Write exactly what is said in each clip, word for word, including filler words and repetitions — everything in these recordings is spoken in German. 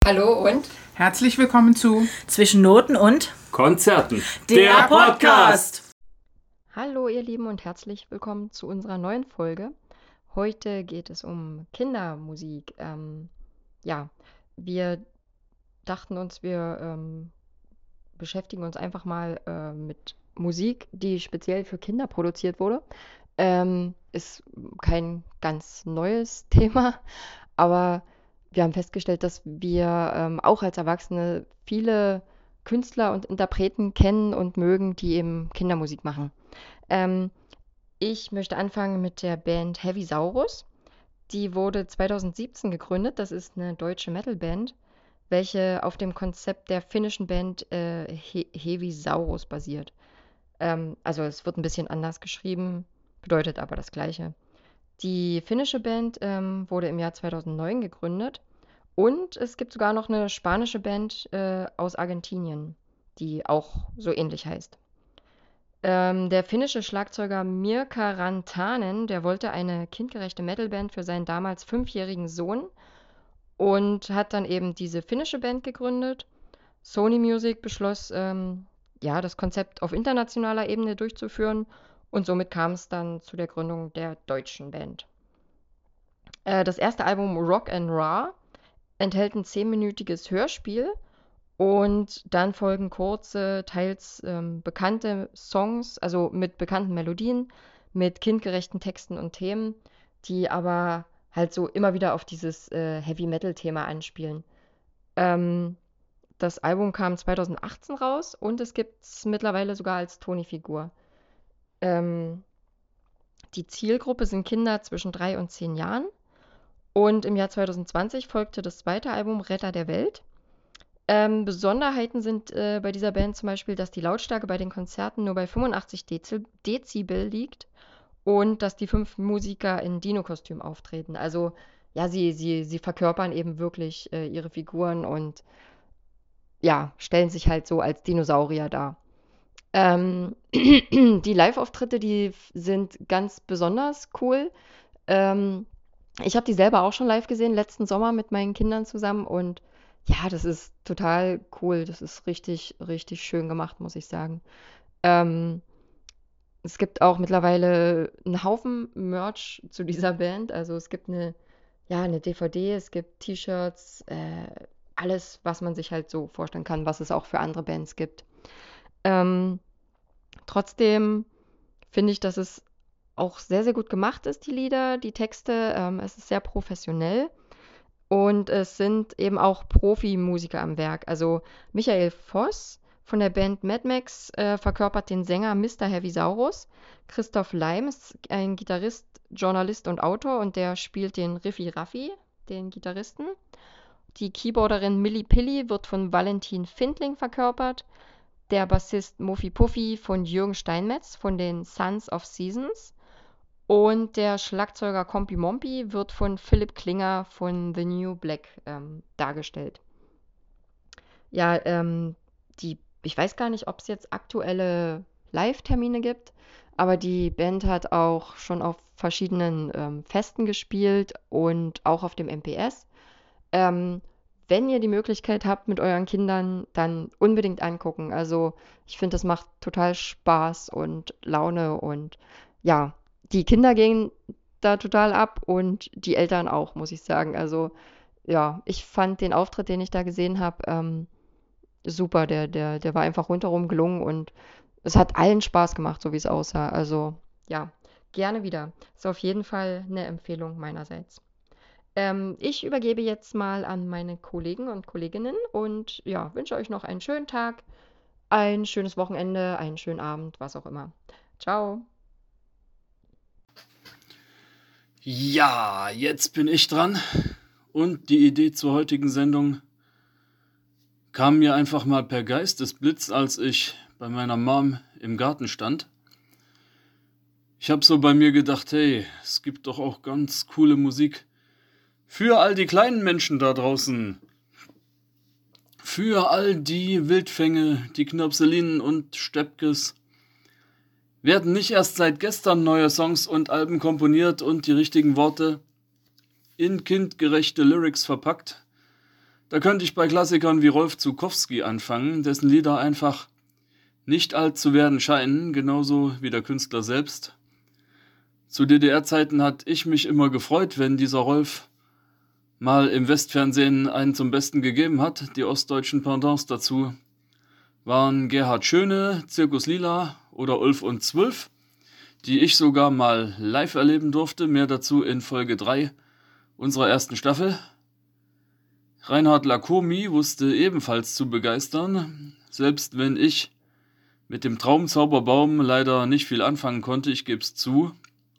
Hallo und herzlich willkommen zu Zwischen Noten und Konzerten, der Podcast. Hallo ihr Lieben und herzlich willkommen zu unserer neuen Folge. Heute geht es um Kindermusik. Ähm, ja, wir dachten uns, wir ähm, beschäftigen uns einfach mal äh, mit Musik, die speziell für Kinder produziert wurde. Ähm, ist kein ganz neues Thema, aber wir haben festgestellt, dass wir ähm, auch als Erwachsene viele Künstler und Interpreten kennen und mögen, die eben Kindermusik machen. Ähm, ich möchte anfangen mit der Band Heavisaurus. Die wurde zweitausendsiebzehn gegründet. Das ist eine deutsche Metalband, welche auf dem Konzept der finnischen Band äh, He Heavisaurus basiert. Ähm, also es wird ein bisschen anders geschrieben, bedeutet aber das Gleiche. Die finnische Band ähm, wurde im Jahr zweitausendneun gegründet und es gibt sogar noch eine spanische Band äh, aus Argentinien, die auch so ähnlich heißt. Ähm, der finnische Schlagzeuger Mirka Rantanen, der wollte eine kindgerechte Metalband für seinen damals fünfjährigen Sohn und hat dann eben diese finnische Band gegründet. Sony Music beschloss, ähm, ja, das Konzept auf internationaler Ebene durchzuführen und somit kam es dann zu der Gründung der deutschen Band. Äh, das erste Album Rock and Raw enthält ein zehnminütiges Hörspiel und dann folgen kurze, teils ähm, bekannte Songs, also mit bekannten Melodien, mit kindgerechten Texten und Themen, die aber halt so immer wieder auf dieses äh, Heavy-Metal-Thema anspielen. Ähm, das Album kam zweitausendachtzehn raus und es gibt es mittlerweile sogar als Tony-Figur. Ähm, die Zielgruppe sind Kinder zwischen drei und zehn Jahren. Und im Jahr zweitausendzwanzig folgte das zweite Album Retter der Welt. Ähm, Besonderheiten sind äh, bei dieser Band zum Beispiel, dass die Lautstärke bei den Konzerten nur bei fünfundachtzig Dezibel, Dezibel liegt und dass die fünf Musiker in Dino-Kostüm auftreten. Also ja, sie, sie, sie verkörpern eben wirklich äh, ihre Figuren und ja, stellen sich halt so als Dinosaurier dar. Ähm, die Live-Auftritte, die f- sind ganz besonders cool. Ähm, Ich habe die selber auch schon live gesehen, letzten Sommer mit meinen Kindern zusammen und ja, das ist total cool. Das ist richtig, richtig schön gemacht, muss ich sagen. Ähm, Es gibt auch mittlerweile einen Haufen Merch zu dieser Band. Also es gibt eine, ja, eine D V D, es gibt T-Shirts, äh, alles, was man sich halt so vorstellen kann, was es auch für andere Bands gibt. Ähm, Trotzdem finde ich, dass es auch sehr, sehr gut gemacht ist, die Lieder, die Texte. Ähm, es ist sehr professionell und es sind eben auch Profimusiker am Werk. Also Michael Voss von der Band Mad Max äh, verkörpert den Sänger Mister Heavisaurus. Christoph Leim ist ein Gitarrist, Journalist und Autor und der spielt den Riffi Raffi, den Gitarristen. Die Keyboarderin Milli Pilli wird von Valentin Findling verkörpert. Der Bassist Muffi Puffi von Jürgen Steinmetz von den Sons of Seasons. Und der Schlagzeuger Kompi Mompi wird von Philipp Klinger von The New Black ähm, dargestellt. Ja, ähm, die, ich weiß gar nicht, ob es jetzt aktuelle Live-Termine gibt, aber die Band hat auch schon auf verschiedenen ähm, Festen gespielt und auch auf dem M P S. Ähm, Wenn ihr die Möglichkeit habt mit euren Kindern, dann unbedingt angucken. Also ich finde, das macht total Spaß und Laune und ja, die Kinder gehen da total ab und die Eltern auch, muss ich sagen. Also ja, ich fand den Auftritt, den ich da gesehen habe, ähm, super. Der, der, der war einfach rundherum gelungen und es hat allen Spaß gemacht, so wie es aussah. Also ja, gerne wieder. Ist auf jeden Fall eine Empfehlung meinerseits. Ähm, ich übergebe jetzt mal an meine Kollegen und Kolleginnen und ja, wünsche euch noch einen schönen Tag, ein schönes Wochenende, einen schönen Abend, was auch immer. Ciao. Ja, jetzt bin ich dran und die Idee zur heutigen Sendung kam mir einfach mal per Geistesblitz, als ich bei meiner Mom im Garten stand. Ich habe so bei mir gedacht, hey, es gibt doch auch ganz coole Musik für all die kleinen Menschen da draußen. Für all die Wildfänge, die Knirpselinen und Steppkes. Werden nicht erst seit gestern neue Songs und Alben komponiert und die richtigen Worte in kindgerechte Lyrics verpackt. Da könnte ich bei Klassikern wie Rolf Zuckowski anfangen, dessen Lieder einfach nicht alt zu werden scheinen, genauso wie der Künstler selbst. Zu D D R-Zeiten hat ich mich immer gefreut, wenn dieser Rolf mal im Westfernsehen einen zum Besten gegeben hat. Die ostdeutschen Pendants dazu waren Gerhard Schöne, Zirkus Lila oder Ulf und Zwölf, die ich sogar mal live erleben durfte. Mehr dazu in Folge drei unserer ersten Staffel. Reinhard Lacomi wusste ebenfalls zu begeistern, selbst wenn ich mit dem Traumzauberbaum leider nicht viel anfangen konnte, ich gebe es zu.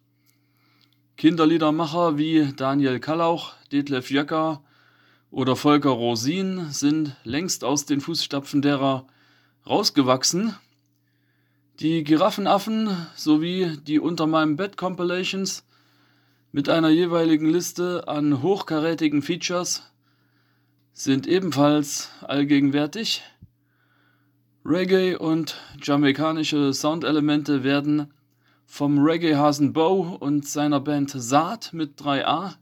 Kinderliedermacher wie Daniel Kallauch, Detlef Jöcker oder Volker Rosin sind längst aus den Fußstapfen derer rausgewachsen. Die Giraffenaffen sowie die Unter meinem Bett Compilations mit einer jeweiligen Liste an hochkarätigen Features sind ebenfalls allgegenwärtig. Reggae und jamaikanische Soundelemente werden vom Reggae-Hasen Bo und seiner Band Saat mit drei a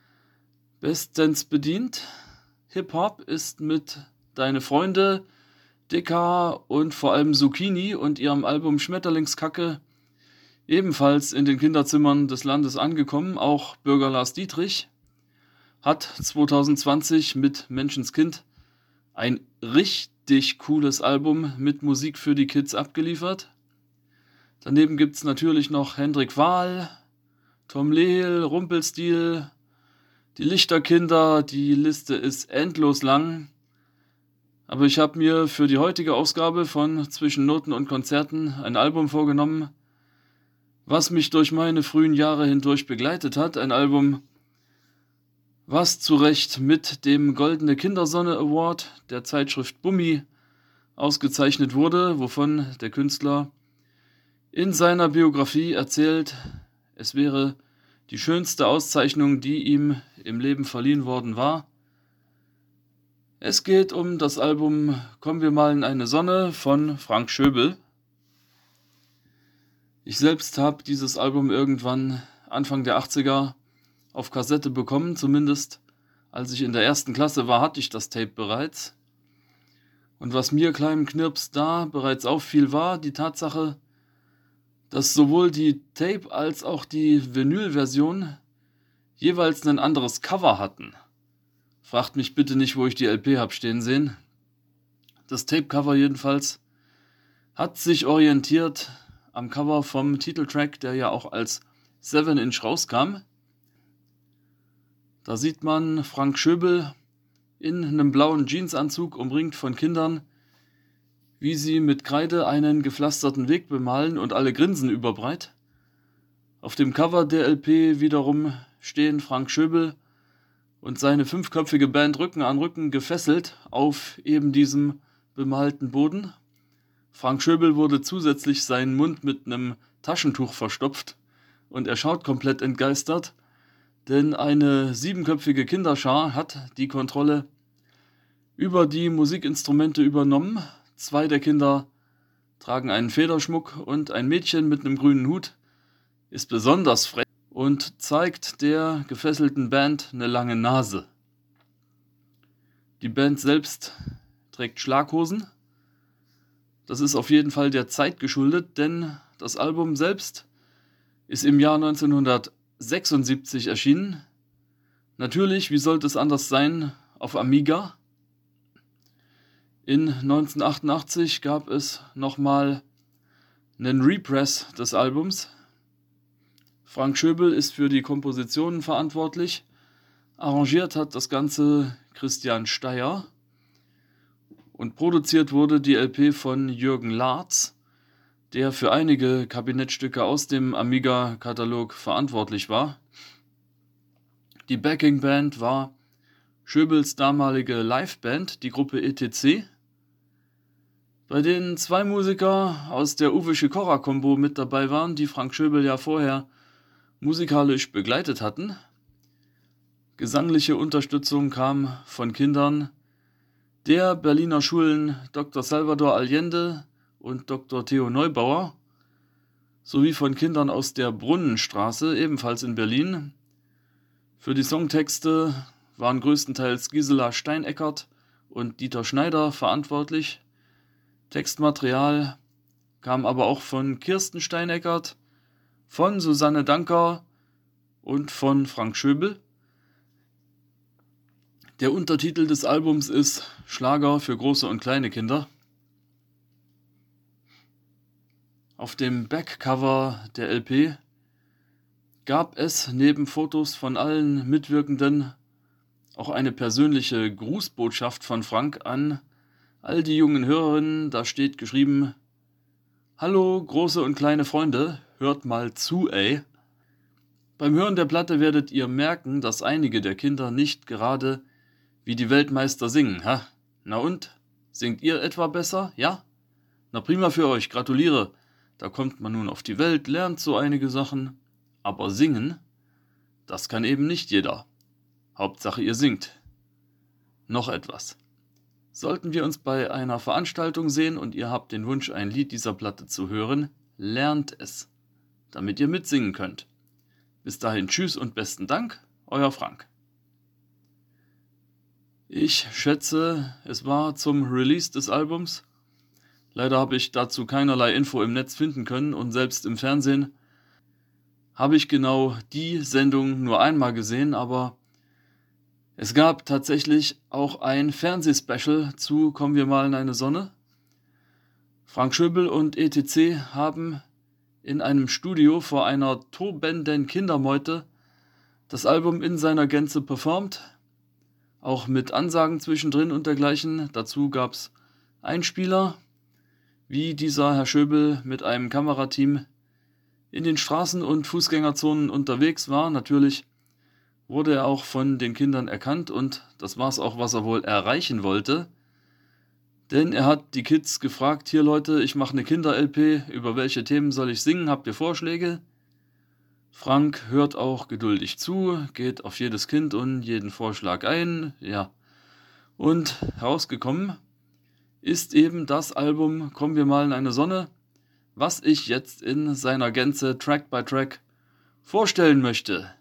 bestens bedient. Hip-Hop ist mit Deine Freunde, Dicker und vor allem Zucchini und ihrem Album Schmetterlingskacke ebenfalls in den Kinderzimmern des Landes angekommen. Auch Bürger Lars Dietrich hat zwanzig zwanzig mit Menschenskind ein richtig cooles Album mit Musik für die Kids abgeliefert. Daneben gibt es natürlich noch Hendrik Wahl, Tom Lehl, Rumpelstil, die Lichterkinder, die Liste ist endlos lang. Aber ich habe mir für die heutige Ausgabe von Zwischen Noten und Konzerten ein Album vorgenommen, was mich durch meine frühen Jahre hindurch begleitet hat. Ein Album, was zu Recht mit dem Goldene Kindersonne Award der Zeitschrift Bummi ausgezeichnet wurde, wovon der Künstler in seiner Biografie erzählt, es wäre die schönste Auszeichnung, die ihm im Leben verliehen worden war. Es geht um das Album Kommen wir mal in eine Sonne von Frank Schöbel. Ich selbst habe dieses Album irgendwann Anfang der achtziger auf Kassette bekommen, zumindest als ich in der ersten Klasse war, hatte ich das Tape bereits. Und was mir kleinem Knirps da bereits auffiel, war die Tatsache, dass sowohl die Tape als auch die Vinyl-Version jeweils ein anderes Cover hatten. Fragt mich bitte nicht, wo ich die L P hab stehen sehen. Das Tape-Cover jedenfalls hat sich orientiert am Cover vom Titeltrack, der ja auch als seven inch rauskam. Da sieht man Frank Schöbel in einem blauen Jeansanzug umringt von Kindern, wie sie mit Kreide einen gepflasterten Weg bemalen und alle grinsen überbreit. Auf dem Cover der L P wiederum stehen Frank Schöbel und seine fünfköpfige Band Rücken an Rücken gefesselt auf eben diesem bemalten Boden. Frank Schöbel wurde zusätzlich seinen Mund mit einem Taschentuch verstopft und er schaut komplett entgeistert, denn eine siebenköpfige Kinderschar hat die Kontrolle über die Musikinstrumente übernommen. Zwei der Kinder tragen einen Federschmuck und ein Mädchen mit einem grünen Hut ist besonders frech und zeigt der gefesselten Band eine lange Nase. Die Band selbst trägt Schlaghosen. Das ist auf jeden Fall der Zeit geschuldet, denn das Album selbst ist im Jahr neunzehnhundertsechsundsiebzig erschienen. Natürlich, wie sollte es anders sein, auf Amiga. In neunzehnhundertachtundachtzig gab es nochmal einen Repress des Albums. Frank Schöbel ist für die Kompositionen verantwortlich. Arrangiert hat das Ganze Christian Steyer. Und produziert wurde die L P von Jürgen Laatz, der für einige Kabinettstücke aus dem Amiga-Katalog verantwortlich war. Die Backing-Band war Schöbels damalige Liveband, die Gruppe E T C, bei denen zwei Musiker aus der Uwe Schikora-Kombo mit dabei waren, die Frank Schöbel ja vorher musikalisch begleitet hatten. Gesangliche Unterstützung kam von Kindern der Berliner Schulen Doktor Salvador Allende und Doktor Theo Neubauer sowie von Kindern aus der Brunnenstraße, ebenfalls in Berlin. Für die Songtexte waren größtenteils Gisela Steineckert und Dieter Schneider verantwortlich. Textmaterial kam aber auch von Kirsten Steineckert, von Susanne Danker und von Frank Schöbel. Der Untertitel des Albums ist Schlager für große und kleine Kinder. Auf dem Backcover der L P gab es neben Fotos von allen Mitwirkenden auch eine persönliche Grußbotschaft von Frank an all die jungen Hörerinnen. Da steht geschrieben: Hallo, große und kleine Freunde, hört mal zu, ey. Beim Hören der Platte werdet ihr merken, dass einige der Kinder nicht gerade wie die Weltmeister singen, ha? Na und? Singt ihr etwa besser, ja? Na prima für euch, gratuliere. Da kommt man nun auf die Welt, lernt so einige Sachen. Aber singen, das kann eben nicht jeder. Hauptsache ihr singt. Noch etwas. Sollten wir uns bei einer Veranstaltung sehen und ihr habt den Wunsch, ein Lied dieser Platte zu hören, lernt es, damit ihr mitsingen könnt. Bis dahin tschüss und besten Dank, euer Frank. Ich schätze, es war zum Release des Albums. Leider habe ich dazu keinerlei Info im Netz finden können und selbst im Fernsehen habe ich genau die Sendung nur einmal gesehen, aber es gab tatsächlich auch ein Fernsehspecial zu Kommen wir mal in eine Sonne. Frank Schöbel und et cetera haben in einem Studio vor einer tobenden Kindermeute das Album in seiner Gänze performt, auch mit Ansagen zwischendrin und dergleichen. Dazu gab es Einspieler, wie dieser Herr Schöbel mit einem Kamerateam in den Straßen und Fußgängerzonen unterwegs war. Natürlich wurde er auch von den Kindern erkannt und das war es auch, was er wohl erreichen wollte. Denn er hat die Kids gefragt: Hier Leute, ich mache eine Kinder-L P, über welche Themen soll ich singen, habt ihr Vorschläge? Frank hört auch geduldig zu, geht auf jedes Kind und jeden Vorschlag ein, ja. Und herausgekommen ist eben das Album Kommen wir mal in eine Sonne, was ich jetzt in seiner Gänze Track by Track vorstellen möchte.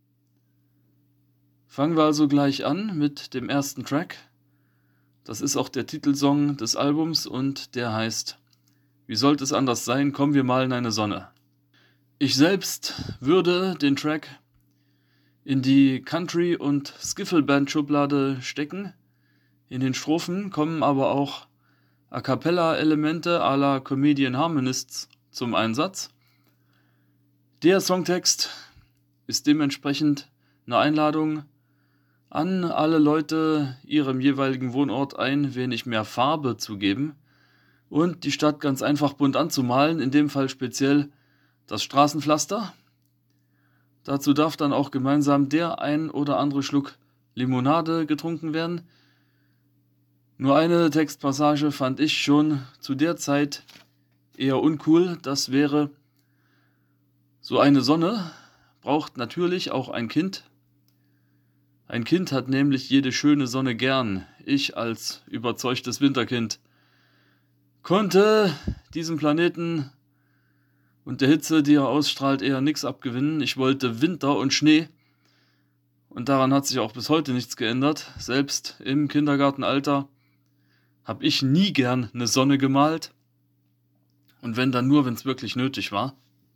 Fangen wir also gleich an mit dem ersten Track. Das ist auch der Titelsong des Albums und der heißt Wie sollte es anders sein, kommen wir mal in eine Sonne. Ich selbst würde den Track in die Country- und Skiffle-Band-Schublade stecken. In den Strophen kommen aber auch A-Cappella-Elemente à la Comedian Harmonists zum Einsatz. Der Songtext ist dementsprechend eine Einladung an alle Leute, ihrem jeweiligen Wohnort ein wenig mehr Farbe zu geben und die Stadt ganz einfach bunt anzumalen, in dem Fall speziell das Straßenpflaster. Dazu darf dann auch gemeinsam der ein oder andere Schluck Limonade getrunken werden. Nur eine Textpassage fand ich schon zu der Zeit eher uncool. Das wäre: So eine Sonne braucht natürlich auch ein Kind. Ein Kind hat nämlich jede schöne Sonne gern. Ich als überzeugtes Winterkind konnte diesem Planeten und der Hitze, die er ausstrahlt, eher nichts abgewinnen. Ich wollte Winter und Schnee. Und daran hat sich auch bis heute nichts geändert. Selbst im Kindergartenalter habe ich nie gern eine Sonne gemalt. Und wenn dann nur, wenn es wirklich nötig war.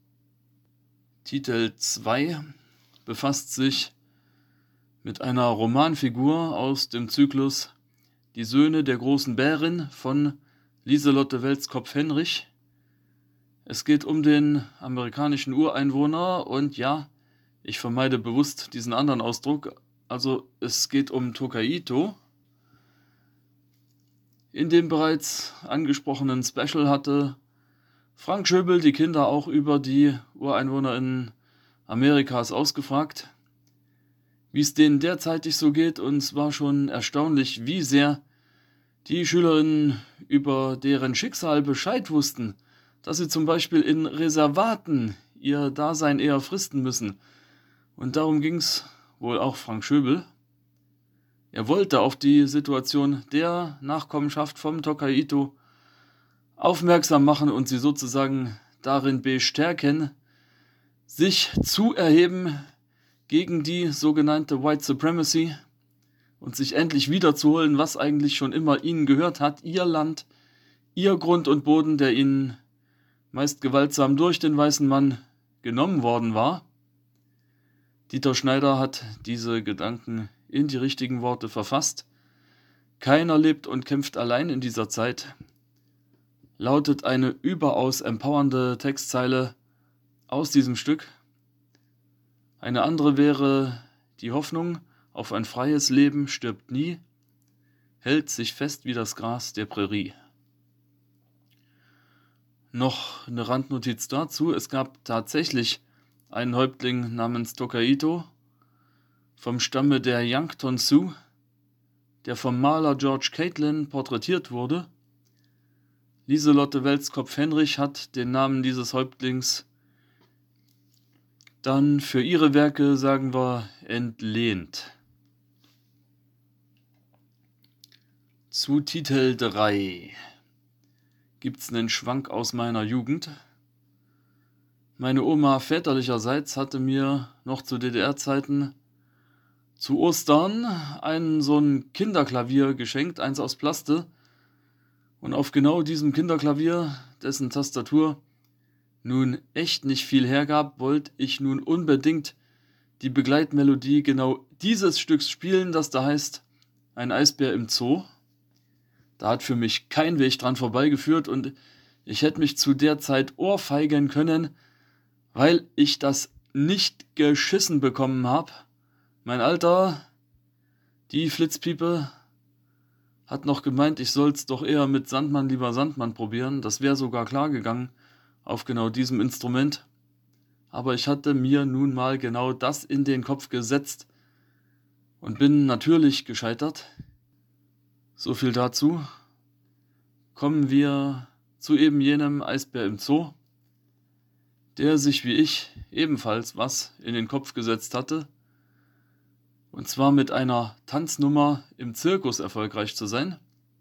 Titel zwei befasst sich mit einer Romanfigur aus dem Zyklus Die Söhne der großen Bärin von Lieselotte Welskopf-Henrich. Es geht um den amerikanischen Ureinwohner und ja, ich vermeide bewusst diesen anderen Ausdruck, also es geht um Tokaiito. In dem bereits angesprochenen Special hatte Frank Schöbel die Kinder auch über die UreinwohnerInnen Amerikas ausgefragt, wie es denen derzeitig so geht, und es war schon erstaunlich, wie sehr die Schülerinnen über deren Schicksal Bescheid wussten, dass sie zum Beispiel in Reservaten ihr Dasein eher fristen müssen. Und darum ging es wohl auch Frank Schöbel. Er wollte auf die Situation der Nachkommenschaft vom Tokaiito aufmerksam machen und sie sozusagen darin bestärken, sich zu erheben gegen die sogenannte White Supremacy, und sich endlich wiederzuholen, was eigentlich schon immer ihnen gehört hat, ihr Land, ihr Grund und Boden, der ihnen meist gewaltsam durch den weißen Mann genommen worden war. Dieter Schneider hat diese Gedanken in die richtigen Worte verfasst. Keiner lebt und kämpft allein in dieser Zeit, lautet eine überaus empowernde Textzeile aus diesem Stück. Eine andere wäre: Die Hoffnung auf ein freies Leben stirbt nie, hält sich fest wie das Gras der Prärie. Noch eine Randnotiz dazu: Es gab tatsächlich einen Häuptling namens Tokaito vom Stamme der Yankton Sioux, der vom Maler George Catlin porträtiert wurde. Lieselotte Welskopf-Henrich hat den Namen dieses Häuptlings dann für ihre Werke, sagen wir, entlehnt. Zu Titel drei gibt's einen Schwank aus meiner Jugend. Meine Oma väterlicherseits hatte mir noch zu D D R-Zeiten zu Ostern ein so ein Kinderklavier geschenkt, eins aus Plaste. Und auf genau diesem Kinderklavier, dessen Tastatur nun echt nicht viel hergab, wollte ich nun unbedingt die Begleitmelodie genau dieses Stücks spielen, das da heißt Ein Eisbär im Zoo. Da hat für mich kein Weg dran vorbeigeführt und ich hätte mich zu der Zeit ohrfeigen können, weil ich das nicht geschissen bekommen habe. Mein Alter, die Flitzpiepe, hat noch gemeint, ich soll's doch eher mit Sandmann lieber Sandmann probieren. Das wäre sogar klar gegangen auf genau diesem Instrument. Aber ich hatte mir nun mal genau das in den Kopf gesetzt und bin natürlich gescheitert. So viel dazu. Kommen wir zu eben jenem Eisbär im Zoo, der sich wie ich ebenfalls was in den Kopf gesetzt hatte. Und zwar mit einer Tanznummer im Zirkus erfolgreich zu sein.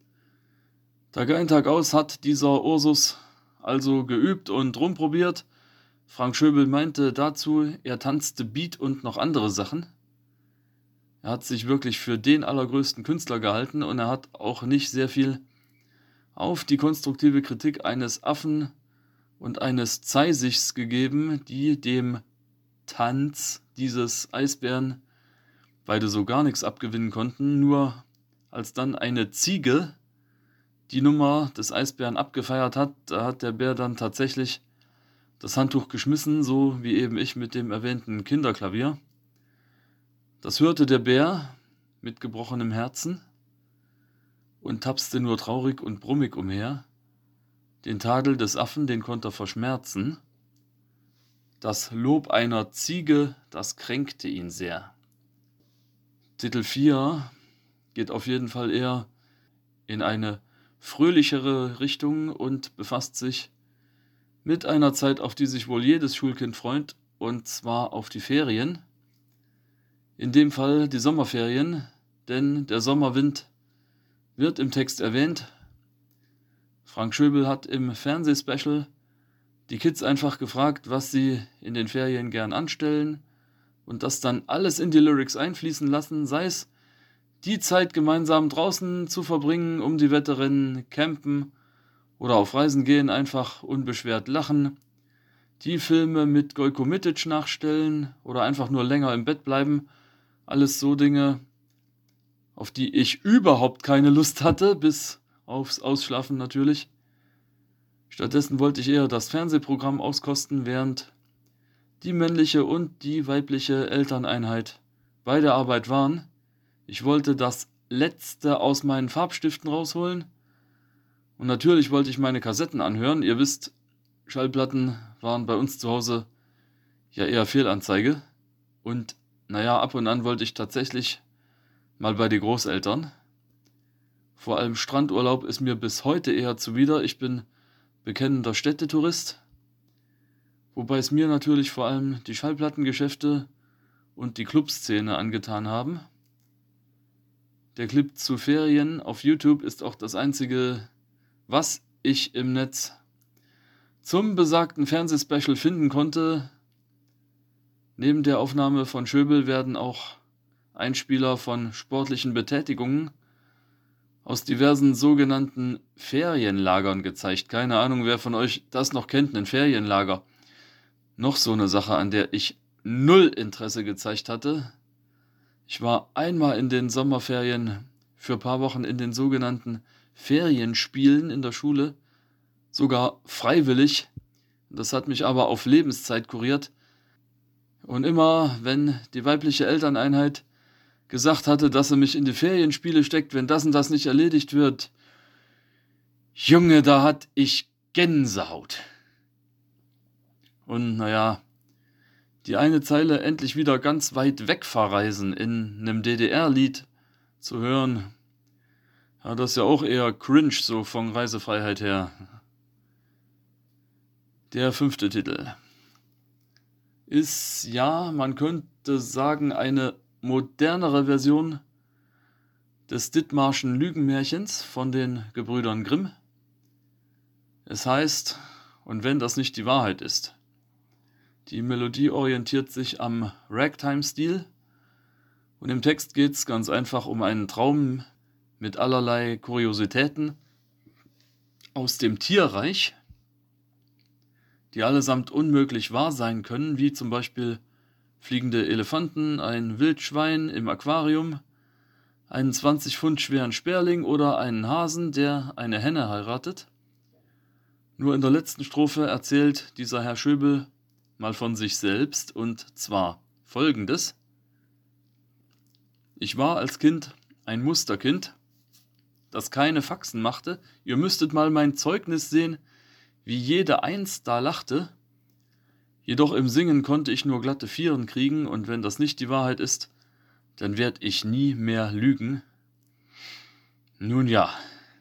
Tag ein, Tag aus hat dieser Ursus also geübt und rumprobiert. Frank Schöbel meinte dazu, er tanzte Beat und noch andere Sachen. Er hat sich wirklich für den allergrößten Künstler gehalten und er hat auch nicht sehr viel auf die konstruktive Kritik eines Affen und eines Zeisichs gegeben, die dem Tanz dieses Eisbären beide so gar nichts abgewinnen konnten. Nur als dann eine Ziege die Nummer des Eisbären abgefeiert hat, da hat der Bär dann tatsächlich das Handtuch geschmissen, so wie eben ich mit dem erwähnten Kinderklavier. Das hörte der Bär mit gebrochenem Herzen und tapste nur traurig und brummig umher. Den Tadel des Affen, den konnte er verschmerzen. Das Lob einer Ziege, das kränkte ihn sehr. Titel vier geht auf jeden Fall eher in eine fröhlichere Richtung und befasst sich mit einer Zeit, auf die sich wohl jedes Schulkind freut, und zwar auf die Ferien. In dem Fall die Sommerferien, denn der Sommerwind wird im Text erwähnt. Frank Schöbel hat im Fernsehspecial die Kids einfach gefragt, was sie in den Ferien gern anstellen und das dann alles in die Lyrics einfließen lassen, sei es die Zeit gemeinsam draußen zu verbringen, um die Wette rennen, campen oder auf Reisen gehen, einfach unbeschwert lachen, die Filme mit Gojko Mitic nachstellen oder einfach nur länger im Bett bleiben. Alles so Dinge, auf die ich überhaupt keine Lust hatte, bis aufs Ausschlafen natürlich. Stattdessen wollte ich eher das Fernsehprogramm auskosten, während die männliche und die weibliche Elterneinheit bei der Arbeit waren. Ich wollte das Letzte aus meinen Farbstiften rausholen und natürlich wollte ich meine Kassetten anhören. Ihr wisst, Schallplatten waren bei uns zu Hause ja eher Fehlanzeige und naja, ab und an wollte ich tatsächlich mal bei den Großeltern. Vor allem Strandurlaub ist mir bis heute eher zuwider. Ich bin bekennender Städtetourist, wobei es mir natürlich vor allem die Schallplattengeschäfte und die Clubszene angetan haben. Der Clip zu Ferien auf YouTube ist auch das einzige, was ich im Netz zum besagten Fernsehspecial finden konnte. Neben der Aufnahme von Schöbel werden auch Einspieler von sportlichen Betätigungen aus diversen sogenannten Ferienlagern gezeigt. Keine Ahnung, wer von euch das noch kennt, ein Ferienlager. Noch so eine Sache, an der ich null Interesse gezeigt hatte. Ich war einmal in den Sommerferien für ein paar Wochen in den sogenannten Ferienspielen in der Schule, sogar freiwillig. Das hat mich aber auf Lebenszeit kuriert. Und immer, wenn die weibliche Elterneinheit gesagt hatte, dass sie mich in die Ferienspiele steckt, wenn das und das nicht erledigt wird, Junge, da hatte ich Gänsehaut. Und naja, die eine Zeile endlich wieder ganz weit weg verreisen in einem D D R-Lied zu hören, ja, das ist ja auch eher cringe so von Reisefreiheit her. Der fünfte Titel ist, ja, man könnte sagen, eine modernere Version des Dithmarschen Lügenmärchens von den Gebrüdern Grimm. Es heißt, und wenn das nicht die Wahrheit ist. Die Melodie orientiert sich am Ragtime-Stil und im Text geht es ganz einfach um einen Traum mit allerlei Kuriositäten aus dem Tierreich, die allesamt unmöglich wahr sein können, wie zum Beispiel fliegende Elefanten, ein Wildschwein im Aquarium, einen zwanzig Pfund schweren Sperling oder einen Hasen, der eine Henne heiratet. Nur in der letzten Strophe erzählt dieser Herr Schöbel mal von sich selbst, und zwar Folgendes: Ich war als Kind ein Musterkind, das keine Faxen machte. Ihr müsstet mal mein Zeugnis sehen, wie jede Eins da lachte. Jedoch im Singen konnte ich nur glatte Vieren kriegen, und wenn das nicht die Wahrheit ist, dann werd ich nie mehr lügen. Nun ja,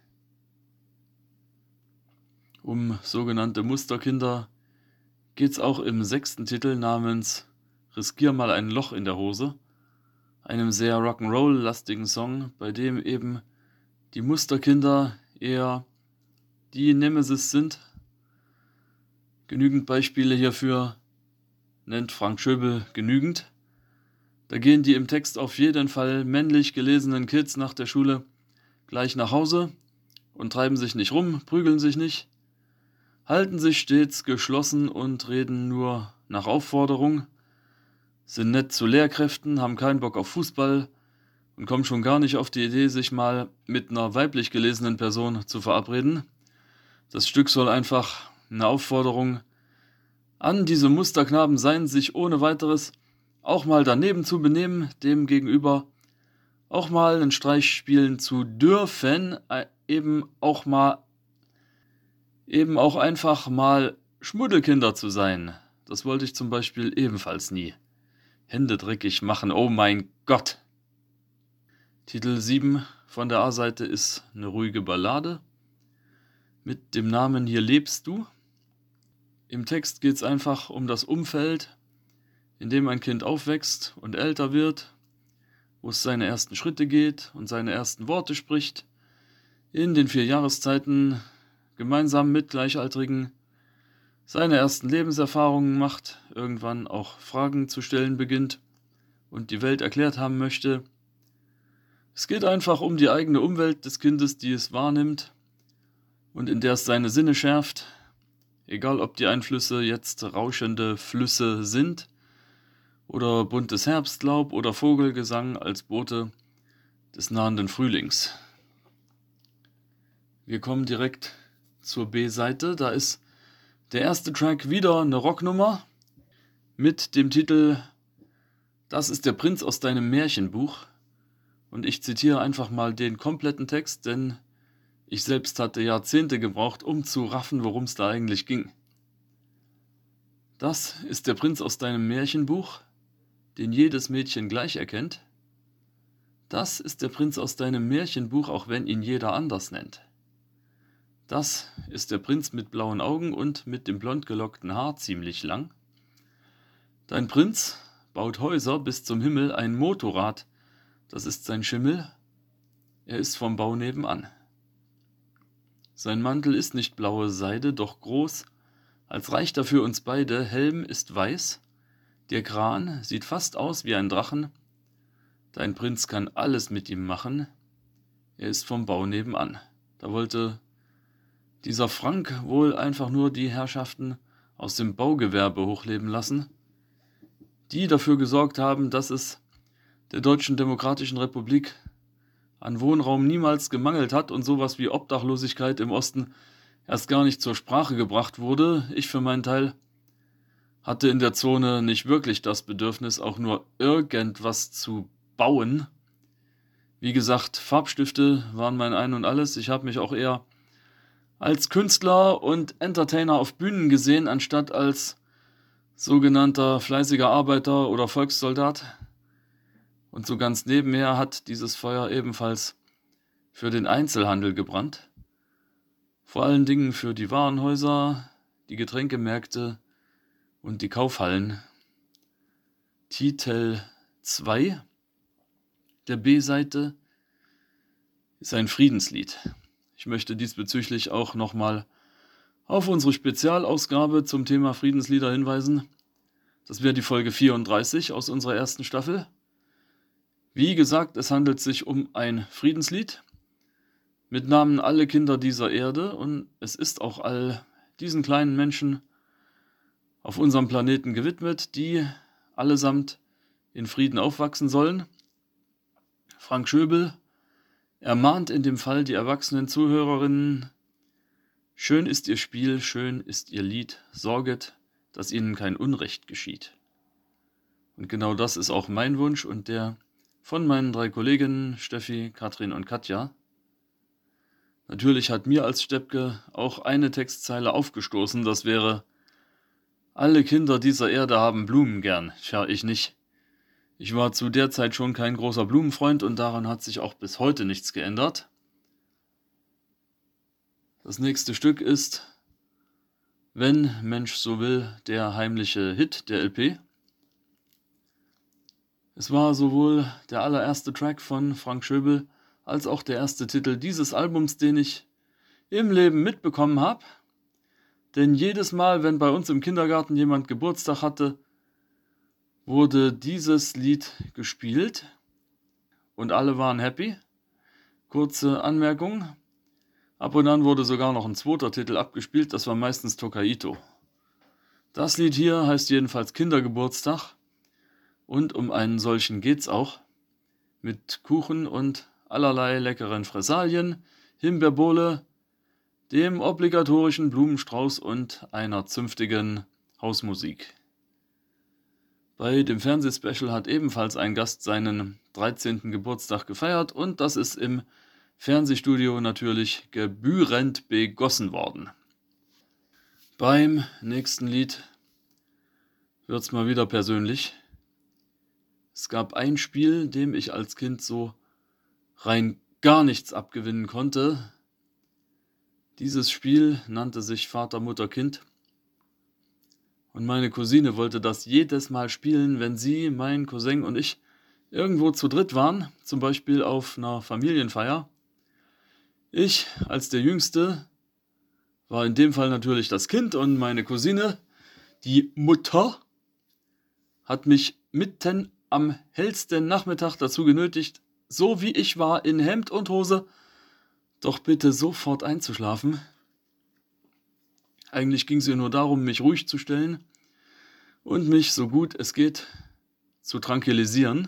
um sogenannte Musterkinder geht's auch im sechsten Titel namens Riskier mal ein Loch in der Hose, einem sehr Rock'n'Roll-lastigen Song, bei dem eben die Musterkinder eher die Nemesis sind. Genügend Beispiele hierfür nennt Frank Schöbel genügend. Da gehen die im Text auf jeden Fall männlich gelesenen Kids nach der Schule gleich nach Hause und treiben sich nicht rum, prügeln sich nicht, halten sich stets geschlossen und reden nur nach Aufforderung, sind nett zu Lehrkräften, haben keinen Bock auf Fußball und kommen schon gar nicht auf die Idee, sich mal mit einer weiblich gelesenen Person zu verabreden. Das Stück soll einfach eine Aufforderung an diese Musterknaben sein, sich ohne weiteres auch mal daneben zu benehmen, dem gegenüber auch mal einen Streich spielen zu dürfen, eben auch mal, eben auch einfach mal Schmuddelkinder zu sein. Das wollte ich zum Beispiel ebenfalls nie. Hände dreckig machen, oh mein Gott. Titel sieben von der A-Seite ist eine ruhige Ballade mit dem Namen Hier lebst du. Im Text geht es einfach um das Umfeld, in dem ein Kind aufwächst und älter wird, wo es seine ersten Schritte geht und seine ersten Worte spricht, in den vier Jahreszeiten gemeinsam mit Gleichaltrigen seine ersten Lebenserfahrungen macht, irgendwann auch Fragen zu stellen beginnt und die Welt erklärt haben möchte. Es geht einfach um die eigene Umwelt des Kindes, die es wahrnimmt und in der es seine Sinne schärft, egal ob die Einflüsse jetzt rauschende Flüsse sind oder buntes Herbstlaub oder Vogelgesang als Bote des nahenden Frühlings. Wir kommen direkt zur B-Seite, da ist der erste Track wieder eine Rocknummer mit dem Titel Das ist der Prinz aus deinem Märchenbuch. Und ich zitiere einfach mal den kompletten Text, denn ich selbst hatte Jahrzehnte gebraucht, um zu raffen, worum es da eigentlich ging. Das ist der Prinz aus deinem Märchenbuch, den jedes Mädchen gleich erkennt. Das ist der Prinz aus deinem Märchenbuch, auch wenn ihn jeder anders nennt. Das ist der Prinz mit blauen Augen und mit dem blond gelockten Haar ziemlich lang. Dein Prinz baut Häuser bis zum Himmel, ein Motorrad, das ist sein Schimmel. Er ist vom Bau nebenan. Sein Mantel ist nicht blaue Seide, doch groß, als reicht er für uns beide. Helm ist weiß, der Kran sieht fast aus wie ein Drachen. Dein Prinz kann alles mit ihm machen. Er ist vom Bau nebenan. Da wollte dieser Frank wohl einfach nur die Herrschaften aus dem Baugewerbe hochleben lassen, die dafür gesorgt haben, dass es der Deutschen Demokratischen Republik an Wohnraum niemals gemangelt hat und sowas wie Obdachlosigkeit im Osten erst gar nicht zur Sprache gebracht wurde. Ich für meinen Teil hatte in der Zone nicht wirklich das Bedürfnis, auch nur irgendwas zu bauen. Wie gesagt, Farbstifte waren mein Ein und Alles. Ich habe mich auch eher als Künstler und Entertainer auf Bühnen gesehen, anstatt als sogenannter fleißiger Arbeiter oder Volkssoldat. Und so ganz nebenher hat dieses Feuer ebenfalls für den Einzelhandel gebrannt. Vor allen Dingen für die Warenhäuser, die Getränkemärkte und die Kaufhallen. Titel zwei der B-Seite ist ein Friedenslied. Ich möchte diesbezüglich auch nochmal auf unsere Spezialausgabe zum Thema Friedenslieder hinweisen. Das wäre die Folge vierunddreißig aus unserer ersten Staffel. Wie gesagt, es handelt sich um ein Friedenslied mit Namen Alle Kinder dieser Erde und es ist auch all diesen kleinen Menschen auf unserem Planeten gewidmet, die allesamt in Frieden aufwachsen sollen. Frank Schöbel ermahnt in dem Fall die erwachsenen Zuhörerinnen: Schön ist ihr Spiel, schön ist ihr Lied, sorget, dass ihnen kein Unrecht geschieht. Und genau das ist auch mein Wunsch und der von meinen drei Kolleginnen Steffi, Katrin und Katja. Natürlich hat mir als Steppke auch eine Textzeile aufgestoßen, das wäre: Alle Kinder dieser Erde haben Blumen gern, tja, ich nicht. Ich war zu der Zeit schon kein großer Blumenfreund und daran hat sich auch bis heute nichts geändert. Das nächste Stück ist Wenn Mensch so will, der heimliche Hit der L P. Es war sowohl der allererste Track von Frank Schöbel als auch der erste Titel dieses Albums, den ich im Leben mitbekommen habe. Denn jedes Mal, wenn bei uns im Kindergarten jemand Geburtstag hatte, wurde dieses Lied gespielt und alle waren happy. Kurze Anmerkung: Ab und an wurde sogar noch ein zweiter Titel abgespielt, das war meistens Tokaito. Das Lied hier heißt jedenfalls Kindergeburtstag und um einen solchen geht's auch. Mit Kuchen und allerlei leckeren Fressalien, Himbeerbowle, dem obligatorischen Blumenstrauß und einer zünftigen Hausmusik. Bei dem Fernsehspecial hat ebenfalls ein Gast seinen dreizehnten Geburtstag gefeiert und das ist im Fernsehstudio natürlich gebührend begossen worden. Beim nächsten Lied wird's mal wieder persönlich. Es gab ein Spiel, dem ich als Kind so rein gar nichts abgewinnen konnte. Dieses Spiel nannte sich Vater, Mutter, Kind. Und meine Cousine wollte das jedes Mal spielen, wenn sie, mein Cousin und ich irgendwo zu dritt waren, zum Beispiel auf einer Familienfeier. Ich, als der Jüngste, war in dem Fall natürlich das Kind und meine Cousine, die Mutter, hat mich mitten am hellsten Nachmittag dazu genötigt, so wie ich war, in Hemd und Hose, doch bitte sofort einzuschlafen. Eigentlich ging es ihr nur darum, mich ruhig zu stellen und mich so gut es geht zu tranquilisieren.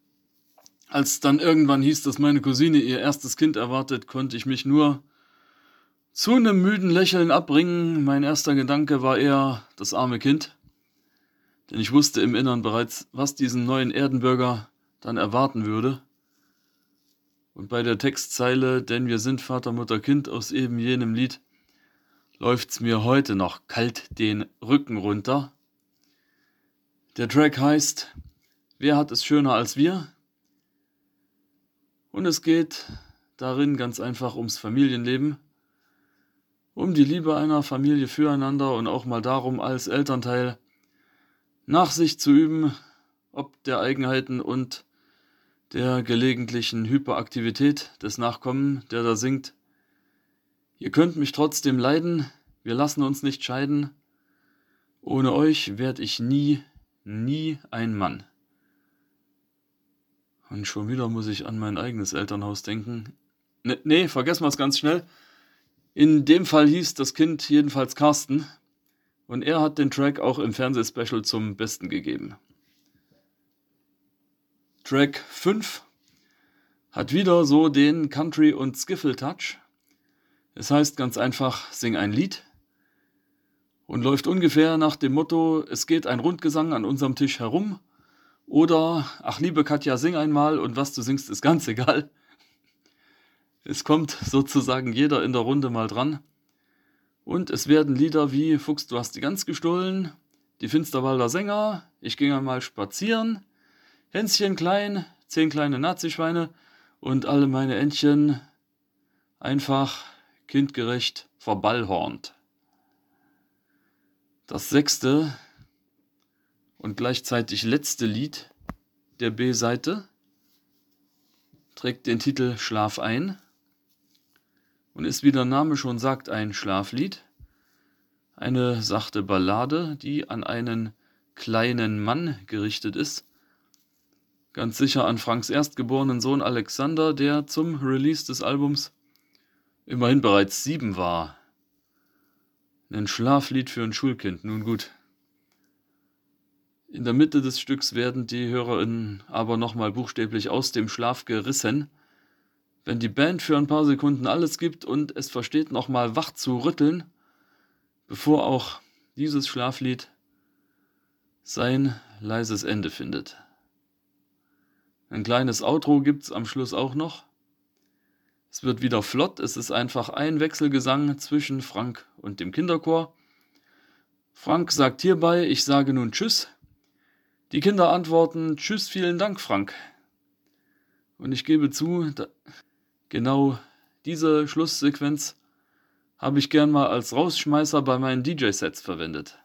Als dann irgendwann hieß, dass meine Cousine ihr erstes Kind erwartet, konnte ich mich nur zu einem müden Lächeln abbringen. Mein erster Gedanke war eher das arme Kind, denn ich wusste im Innern bereits, was diesen neuen Erdenbürger dann erwarten würde. Und bei der Textzeile, denn wir sind Vater, Mutter, Kind aus eben jenem Lied, läuft's mir heute noch kalt den Rücken runter. Der Track heißt Wer hat es schöner als wir? Und es geht darin ganz einfach ums Familienleben, um die Liebe einer Familie füreinander und auch mal darum, als Elternteil Nachsicht zu üben, ob der Eigenheiten und der gelegentlichen Hyperaktivität des Nachkommen, der da singt: Ihr könnt mich trotzdem leiden, wir lassen uns nicht scheiden. Ohne euch werd ich nie, nie ein Mann. Und schon wieder muss ich an mein eigenes Elternhaus denken. Ne, nee, vergessen wir es ganz schnell. In dem Fall hieß das Kind jedenfalls Carsten. Und er hat den Track auch im Fernsehspecial zum Besten gegeben. Track fünf hat wieder so den Country- und Skiffle-Touch. Es heißt ganz einfach, sing ein Lied. Und läuft ungefähr nach dem Motto, es geht ein Rundgesang an unserem Tisch herum. Oder, ach liebe Katja, sing einmal und was du singst, ist ganz egal. Es kommt sozusagen jeder in der Runde mal dran. Und es werden Lieder wie Fuchs, du hast die Gans gestohlen, die Finsterwalder Sänger, ich ging einmal spazieren, Hänschen klein, zehn kleine Nazischweine und alle meine Entchen einfach kindgerecht verballhornt. Das sechste und gleichzeitig letzte Lied der B-Seite trägt den Titel Schlaf ein und ist, wie der Name schon sagt, ein Schlaflied. Eine sachte Ballade, die an einen kleinen Mann gerichtet ist. Ganz sicher an Franks erstgeborenen Sohn Alexander, der zum Release des Albums immerhin bereits sieben war. Ein Schlaflied für ein Schulkind, nun gut. In der Mitte des Stücks werden die HörerInnen aber nochmal buchstäblich aus dem Schlaf gerissen, wenn die Band für ein paar Sekunden alles gibt und es versteht, nochmal wach zu rütteln, bevor auch dieses Schlaflied sein leises Ende findet. Ein kleines Outro gibt's am Schluss auch noch. Es wird wieder flott, es ist einfach ein Wechselgesang zwischen Frank und dem Kinderchor. Frank sagt hierbei, ich sage nun Tschüss. Die Kinder antworten, Tschüss, vielen Dank, Frank. Und ich gebe zu, da, genau diese Schlusssequenz habe ich gern mal als Rausschmeißer bei meinen D J-Sets verwendet.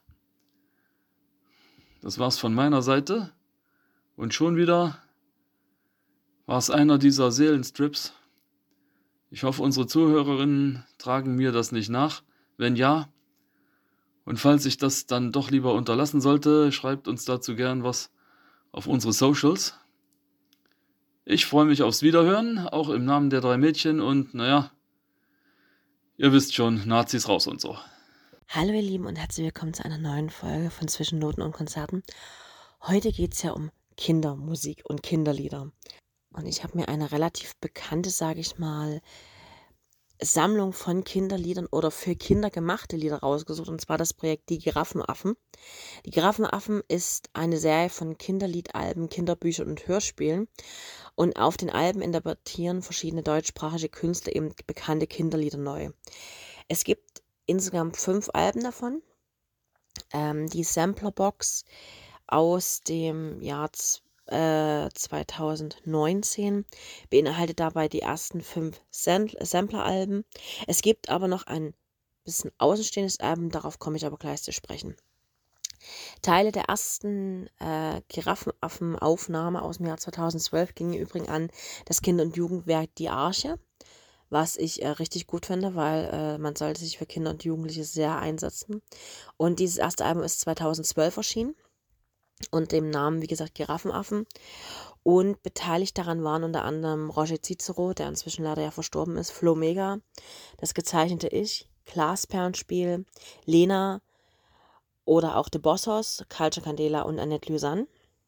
Das war's von meiner Seite. Und schon wieder war es einer dieser Seelenstrips. Ich hoffe, unsere Zuhörerinnen tragen mir das nicht nach. Wenn ja, und falls ich das dann doch lieber unterlassen sollte, schreibt uns dazu gern was auf unsere Socials. Ich freue mich aufs Wiederhören, auch im Namen der drei Mädchen und naja, ihr wisst schon, Nazis raus und so. Hallo ihr Lieben und herzlich willkommen zu einer neuen Folge von Zwischen Noten und Konzerten. Heute geht es ja um Kindermusik und Kinderlieder. Und ich habe mir eine relativ bekannte, sage ich mal, Sammlung von Kinderliedern oder für Kinder gemachte Lieder rausgesucht. Und zwar das Projekt Die Giraffenaffen. Die Giraffenaffen ist eine Serie von Kinderliedalben, Kinderbüchern und Hörspielen. Und auf den Alben interpretieren verschiedene deutschsprachige Künstler eben bekannte Kinderlieder neu. Es gibt insgesamt fünf Alben davon. Ähm, die Samplerbox aus dem Jahr äh, zweitausendneunzehn beinhaltet dabei die ersten fünf Sam- Sampler-Alben. Es gibt aber noch ein bisschen außenstehendes Album, darauf komme ich aber gleich zu sprechen. Teile der ersten äh, Giraffenaffen-Aufnahme aus dem Jahr zweitausendzwölf gingen übrigens an das Kinder- und Jugendwerk Die Arche, was ich äh, richtig gut finde, weil äh, man sollte sich für Kinder und Jugendliche sehr einsetzen. Und dieses erste Album ist zweitausendzwölf erschienen unter dem Namen, wie gesagt, Giraffenaffen. Und beteiligt daran waren unter anderem Roger Cicero, der inzwischen leider ja verstorben ist, Flo Mega, das gezeichnete Ich, Klaas Perlenspiel, Lena oder auch The Bossos, Culture Candela und Annette Lysanne.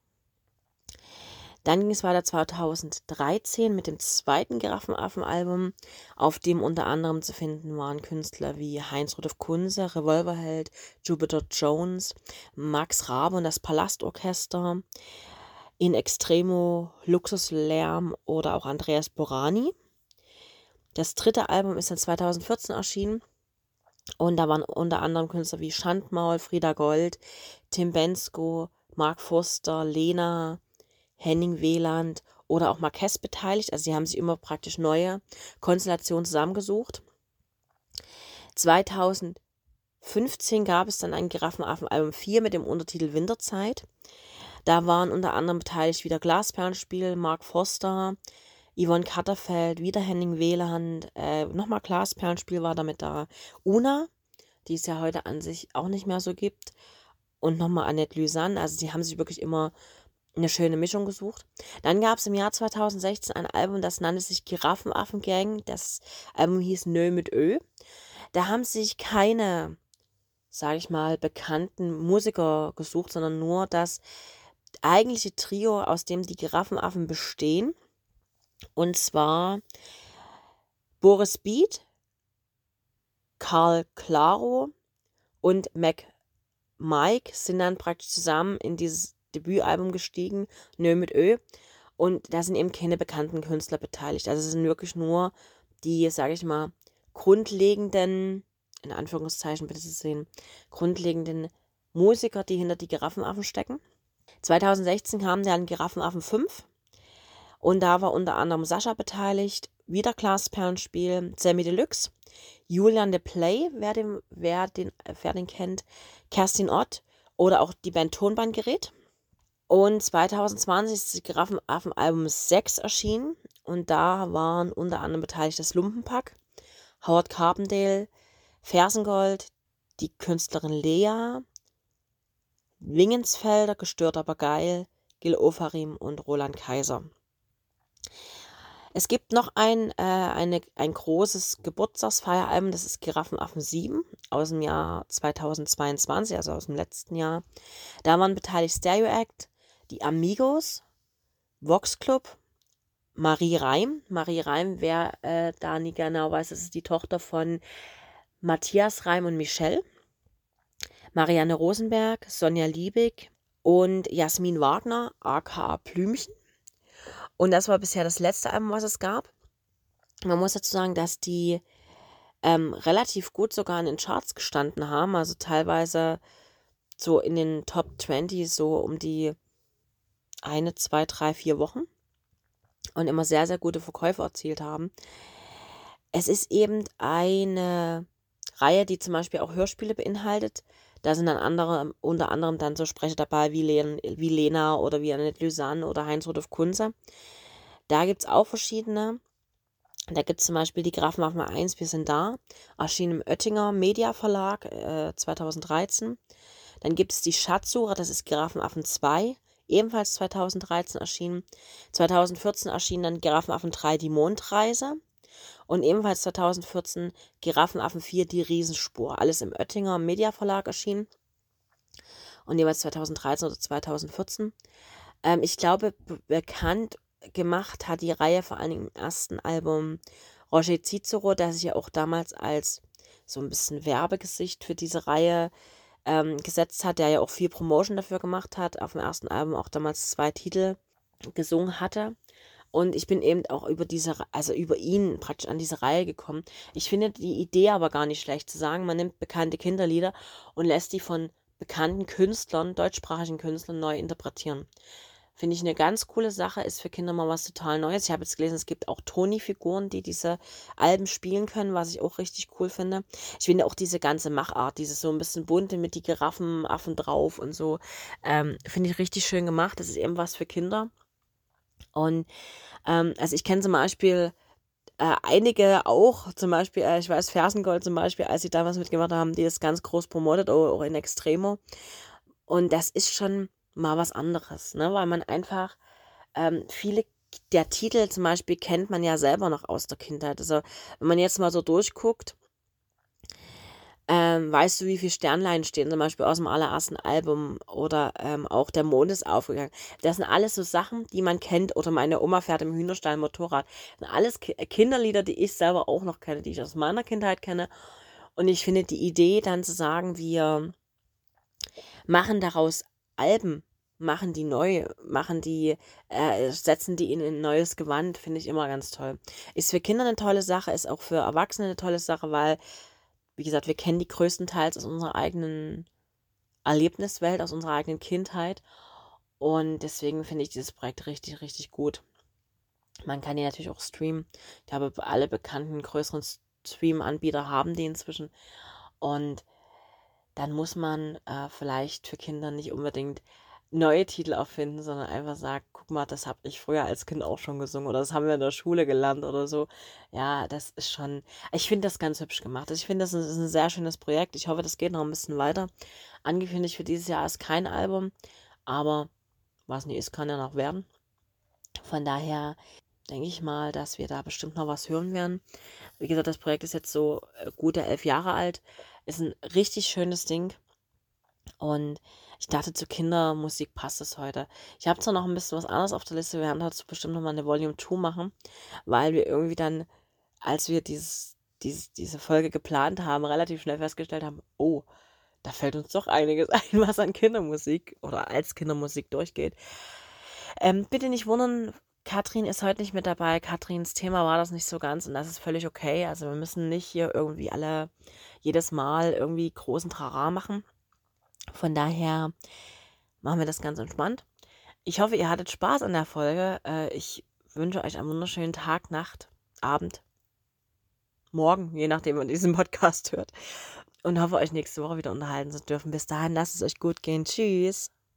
Dann ging es weiter zweitausenddreizehn mit dem zweiten Giraffenaffen-Album, auf dem unter anderem zu finden waren Künstler wie Heinz-Rudolf Kunze, Revolverheld, Jupiter Jones, Max Rabe und das Palastorchester, In Extremo, Luxuslärm oder auch Andreas Borani. Das dritte Album ist dann zweitausendvierzehn erschienen und da waren unter anderem Künstler wie Schandmaul, Frieda Gold, Tim Bensko, Mark Forster, Lena, Henning Wieland oder auch Marquez beteiligt. Also sie haben sich immer praktisch neue Konstellationen zusammengesucht. zweitausendfünfzehn gab es dann ein Giraffenaffen-Album vier mit dem Untertitel Winterzeit. Da waren unter anderem beteiligt wieder Glasperlenspiel, Mark Forster, Yvonne Katterfeld, wieder Henning Wieland, äh, nochmal Glasperlenspiel war damit da, Una, die es ja heute an sich auch nicht mehr so gibt, und nochmal Annette Lysanne. Also sie haben sich wirklich immer eine schöne Mischung gesucht. Dann gab es im Jahr zweitausendsechzehn ein Album, das nannte sich Giraffenaffen-Gang. Das Album hieß Nö mit Ö. Da haben sich keine, sage ich mal, bekannten Musiker gesucht, sondern nur das eigentliche Trio, aus dem die Giraffenaffen bestehen. Und zwar Boris Beat, Karl Klaro und Mac Mike sind dann praktisch zusammen in dieses Debütalbum gestiegen, Nö mit Ö. Und da sind eben keine bekannten Künstler beteiligt. Also es sind wirklich nur die, sage ich mal, grundlegenden, in Anführungszeichen bitte zu sehen, grundlegenden Musiker, die hinter die Giraffenaffen stecken. zweitausendsechzehn kam dann Giraffenaffen fünf und da war unter anderem Sascha beteiligt, wieder Klaas Perlenspiel, Sammy Deluxe, Julian de Play, wer den, wer, den, wer den kennt, Kerstin Ott oder auch die Band Tonbandgerät. Und zweitausendzwanzig ist das Giraffenaffen-Album sechs erschienen und da waren unter anderem beteiligt das Lumpenpack, Howard Carpendale, Fersengold, die Künstlerin Lea, Wingensfelder, gestört aber geil, Gil Ofarim und Roland Kaiser. Es gibt noch ein, äh, eine, ein großes Geburtstagsfeieralbum, das ist Giraffenaffen sieben aus dem Jahr zweitausendzweiundzwanzig, also aus dem letzten Jahr. Da waren beteiligt Stereo Act, die Amigos, Vox Club, Marie Reim. Marie Reim, wer äh, da nie genau weiß, das ist die Tochter von Matthias Reim und Michelle. Marianne Rosenberg, Sonja Liebig und Jasmin Wagner, aka Blümchen. Und das war bisher das letzte Album, was es gab. Man muss dazu sagen, dass die ähm, relativ gut sogar in den Charts gestanden haben, also teilweise so in den Top zwanzig, so um die eine, zwei, drei, vier Wochen und immer sehr, sehr gute Verkäufe erzielt haben. Es ist eben eine Reihe, die zum Beispiel auch Hörspiele beinhaltet. Da sind dann andere, unter anderem dann so Sprecher dabei wie, Len, wie Lena oder wie Annette Lysanne oder Heinz-Rudolf Kunze. Da gibt es auch verschiedene. Da gibt es zum Beispiel die Giraffenaffen eins, wir sind da, erschienen im Oettinger Media Verlag äh, zweitausenddreizehn. Dann gibt es die Schatzsucher, das ist Giraffenaffen zwei, ebenfalls zweitausenddreizehn erschienen. zweitausendvierzehn erschien dann Giraffenaffen drei, die Mondreise. Und ebenfalls zweitausendvierzehn Giraffenaffen vier, die Riesenspur. Alles im Oettinger Media Verlag erschienen. Und jeweils zweitausenddreizehn oder zweitausendvierzehn. Ähm, ich glaube, be- bekannt gemacht hat die Reihe vor allen Dingen im ersten Album Roger Cicero, der sich ja auch damals als so ein bisschen Werbegesicht für diese Reihe ähm, gesetzt hat, der ja auch viel Promotion dafür gemacht hat, auf dem ersten Album auch damals zwei Titel gesungen hatte. Und ich bin eben auch über diese, also über ihn praktisch an diese Reihe gekommen. Ich finde die Idee aber gar nicht schlecht zu sagen, man nimmt bekannte Kinderlieder und lässt die von bekannten Künstlern, deutschsprachigen Künstlern neu interpretieren. Finde ich eine ganz coole Sache, ist für Kinder mal was total Neues. Ich habe jetzt gelesen, es gibt auch Toni-Figuren, die diese Alben spielen können, was ich auch richtig cool finde. Ich finde auch diese ganze Machart, dieses so ein bisschen bunte mit die Giraffenaffen drauf und so, ähm, finde ich richtig schön gemacht. Das ist eben was für Kinder. Und ähm, also ich kenne zum Beispiel äh, einige auch, zum Beispiel, äh, ich weiß, Fersengold zum Beispiel, als sie damals mitgemacht haben, die das ganz groß promotet, auch, auch in Extremo. Und das ist schon mal was anderes, ne? Weil man einfach ähm, viele der Titel zum Beispiel kennt man ja selber noch aus der Kindheit. Also wenn man jetzt mal so durchguckt, ähm, weißt du, wie viele Sternlein stehen, zum Beispiel aus dem allerersten Album oder ähm, auch der Mond ist aufgegangen. Das sind alles so Sachen, die man kennt. Oder meine Oma fährt im Hühnerstall Motorrad. Das sind alles Ki- Kinderlieder, die ich selber auch noch kenne, die ich aus meiner Kindheit kenne. Und ich finde die Idee dann zu sagen, wir machen daraus Alben, machen die neu, machen die, äh, setzen die in ein neues Gewand, finde ich immer ganz toll. Ist für Kinder eine tolle Sache, ist auch für Erwachsene eine tolle Sache, weil, wie gesagt, wir kennen die größtenteils aus unserer eigenen Erlebniswelt, aus unserer eigenen Kindheit. Und deswegen finde ich dieses Projekt richtig, richtig gut. Man kann die natürlich auch streamen. Ich glaube, alle bekannten größeren Stream-Anbieter haben die inzwischen. Und dann muss man äh, vielleicht für Kinder nicht unbedingt neue Titel erfinden, sondern einfach sagen, guck mal, das habe ich früher als Kind auch schon gesungen oder das haben wir in der Schule gelernt oder so. Ja, das ist schon, ich finde das ganz hübsch gemacht. Also ich finde, das ist ein sehr schönes Projekt. Ich hoffe, das geht noch ein bisschen weiter. Angekündigt für dieses Jahr ist kein Album, aber was nie ist, kann ja noch werden. Von daher denke ich mal, dass wir da bestimmt noch was hören werden. Wie gesagt, das Projekt ist jetzt so äh, gute elf Jahre alt. Ist ein richtig schönes Ding. Und ich dachte, zu Kindermusik passt es heute. Ich habe zwar noch ein bisschen was anderes auf der Liste. Wir werden dazu bestimmt nochmal eine Volume zwei machen, weil wir irgendwie dann, als wir dieses, dieses, diese Folge geplant haben, relativ schnell festgestellt haben, oh, da fällt uns doch einiges ein, was an Kindermusik oder als Kindermusik durchgeht. Ähm, bitte nicht wundern, Katrin ist heute nicht mit dabei. Katrins Thema war das nicht so ganz und das ist völlig okay. Also wir müssen nicht hier irgendwie alle jedes Mal irgendwie großen Trara machen. Von daher machen wir das ganz entspannt. Ich hoffe, ihr hattet Spaß an der Folge. Äh, ich wünsche euch einen wunderschönen Tag, Nacht, Abend, Morgen, je nachdem, wann ihr diesen Podcast hört. Und hoffe, euch nächste Woche wieder unterhalten zu dürfen. Bis dahin, lasst es euch gut gehen. Tschüss.